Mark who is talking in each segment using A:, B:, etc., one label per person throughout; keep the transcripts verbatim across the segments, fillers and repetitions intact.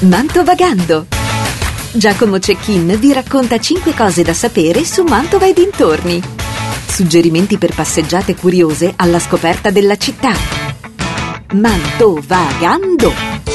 A: Mantovagando. Giacomo Cecchin vi racconta cinque cose da sapere su Mantova e dintorni. Suggerimenti per passeggiate curiose alla scoperta della città. Mantovagando.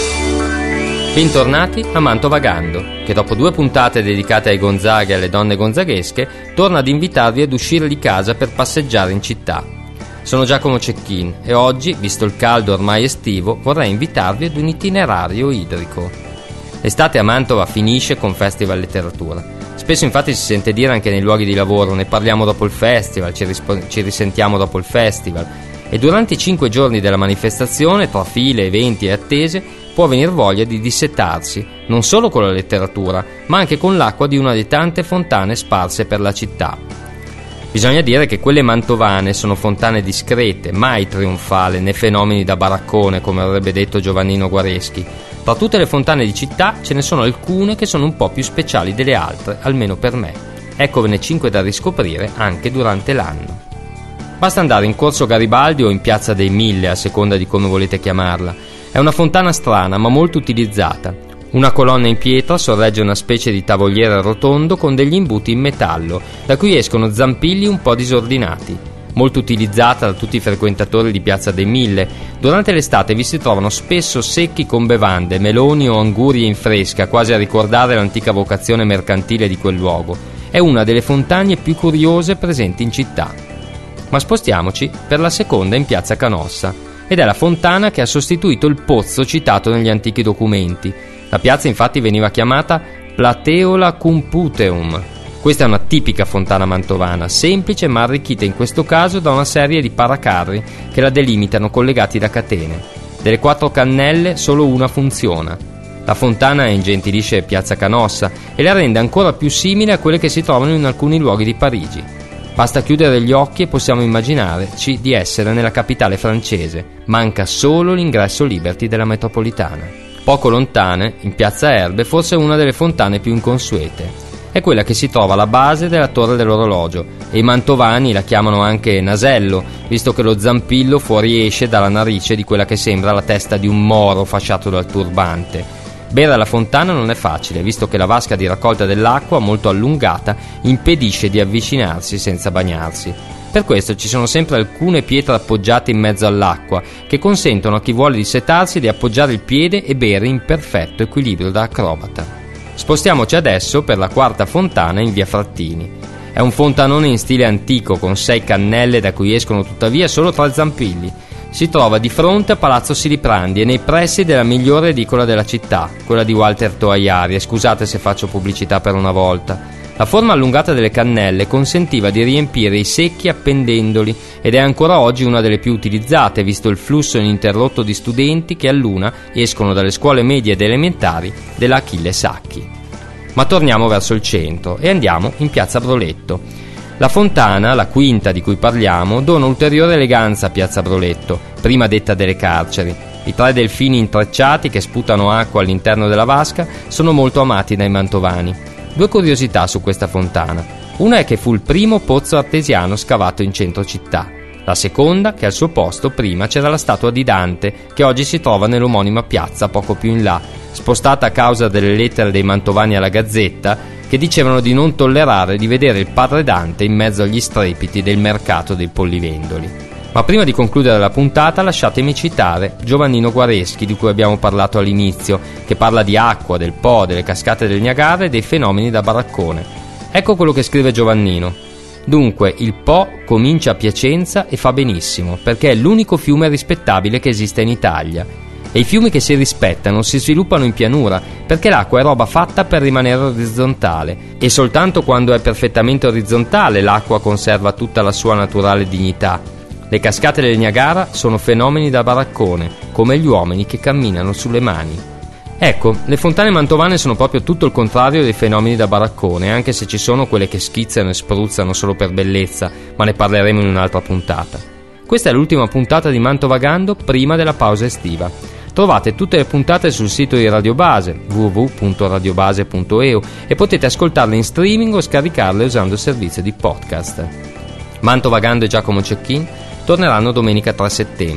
B: Bentornati a Mantovagando, che dopo due puntate dedicate ai Gonzaga e alle donne gonzaghesche, torna ad invitarvi ad uscire di casa per passeggiare in città. Sono Giacomo Cecchin e oggi, visto il caldo ormai estivo, vorrei invitarvi ad un itinerario idrico. L'estate a Mantova finisce con Festival Letteratura. Spesso infatti si sente dire anche nei luoghi di lavoro: ne parliamo dopo il festival, ci, rispo- ci risentiamo dopo il festival. E durante i cinque giorni della manifestazione, tra file, eventi e attese, può venir voglia di dissetarsi, non solo con la letteratura, ma anche con l'acqua di una di tante fontane sparse per la città. Bisogna dire che quelle mantovane sono fontane discrete, mai trionfali né fenomeni da baraccone, come avrebbe detto Giovannino Guareschi. Tra tutte le fontane di città ce ne sono alcune che sono un po' più speciali delle altre, almeno per me. Eccovene cinque da riscoprire anche durante l'anno. Basta andare in Corso Garibaldi o in Piazza dei Mille, a seconda di come volete chiamarla. È una fontana strana ma molto utilizzata. Una colonna in pietra sorregge una specie di tavoliere rotondo con degli imbuti in metallo, da cui escono zampilli un po' disordinati. Molto utilizzata da tutti i frequentatori di Piazza dei Mille, durante l'estate vi si trovano spesso secchi con bevande, meloni o angurie in fresca, quasi a ricordare l'antica vocazione mercantile di quel luogo. È una delle fontagne più curiose presenti in città. Ma spostiamoci per la seconda in Piazza Canossa, ed è la fontana che ha sostituito il pozzo citato negli antichi documenti. La piazza infatti veniva chiamata Plateola cum Puteum. Questa è una tipica fontana mantovana, semplice ma arricchita in questo caso da una serie di paracarri che la delimitano collegati da catene. Delle quattro cannelle solo una funziona. La fontana ingentilisce Piazza Canossa e la rende ancora più simile a quelle che si trovano in alcuni luoghi di Parigi. Basta chiudere gli occhi e possiamo immaginarci di essere nella capitale francese. Manca solo l'ingresso Liberty della metropolitana. Poco lontane, in Piazza Erbe, forse una delle fontane più inconsuete. È quella che si trova alla base della torre dell'orologio, e i mantovani la chiamano anche nasello, visto che lo zampillo fuoriesce dalla narice di quella che sembra la testa di un moro fasciato dal turbante. Bere alla fontana non è facile, visto che la vasca di raccolta dell'acqua, molto allungata, impedisce di avvicinarsi senza bagnarsi. Per questo ci sono sempre alcune pietre appoggiate in mezzo all'acqua, che consentono a chi vuole dissetarsi di appoggiare il piede e bere in perfetto equilibrio da acrobata. Spostiamoci adesso per la quarta fontana in via Frattini. È un fontanone in stile antico, con sei cannelle da cui escono tuttavia solo tre zampilli. Si trova di fronte a Palazzo Siliprandi e nei pressi della migliore edicola della città, quella di Walter Toaiari, e scusate se faccio pubblicità per una volta. La forma allungata delle cannelle consentiva di riempire i secchi appendendoli ed è ancora oggi una delle più utilizzate, visto il flusso ininterrotto di studenti che a luna escono dalle scuole medie ed elementari della Achille Sacchi. Ma torniamo verso il centro e andiamo in Piazza Broletto. La fontana, la quinta di cui parliamo, dona ulteriore eleganza a Piazza Broletto, prima detta delle carceri. I tre delfini intrecciati che sputano acqua all'interno della vasca sono molto amati dai mantovani. Due curiosità su questa fontana. Una è che fu il primo pozzo artesiano scavato in centro città. La seconda, che al suo posto prima c'era la statua di Dante, che oggi si trova nell'omonima piazza poco più in là, spostata a causa delle lettere dei mantovani alla Gazzetta, che dicevano di non tollerare di vedere il padre Dante in mezzo agli strepiti del mercato dei pollivendoli. Ma prima di concludere la puntata lasciatemi citare Giovannino Guareschi, di cui abbiamo parlato all'inizio, che parla di acqua, del Po, delle cascate del Niagara e dei fenomeni da baraccone. Ecco quello che scrive Giovannino. Dunque, il Po comincia a Piacenza e fa benissimo, perché è l'unico fiume rispettabile che esiste in Italia. E i fiumi che si rispettano si sviluppano in pianura, perché l'acqua è roba fatta per rimanere orizzontale, e soltanto quando è perfettamente orizzontale l'acqua conserva tutta la sua naturale dignità. Le cascate del Niagara sono fenomeni da baraccone, come gli uomini che camminano sulle mani. Ecco, le fontane mantovane sono proprio tutto il contrario dei fenomeni da baraccone, anche se ci sono quelle che schizzano e spruzzano solo per bellezza, ma ne parleremo in un'altra puntata. Questa è l'ultima puntata di Mantovagando prima della pausa estiva. Trovate tutte le puntate sul sito di Radio Base, w w w punto radiobase punto e u, e potete ascoltarle in streaming o scaricarle usando il servizio di podcast. Mantovagando e Giacomo Cecchin torneranno domenica tre settembre.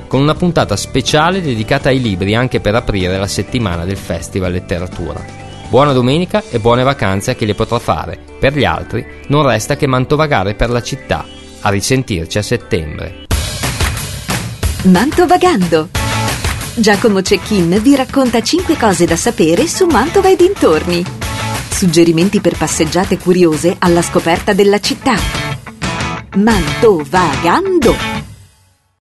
B: con una puntata speciale dedicata ai libri anche per aprire la settimana del Festival Letteratura. Buona domenica e buone vacanze a chi le potrà fare. Per gli altri non resta che mantovagare per la città. A risentirci a settembre.
A: Mantovagando. Giacomo Cecchin vi racconta cinque cose da sapere su Mantova e dintorni. Suggerimenti per passeggiate curiose alla scoperta della città. Mantovagando.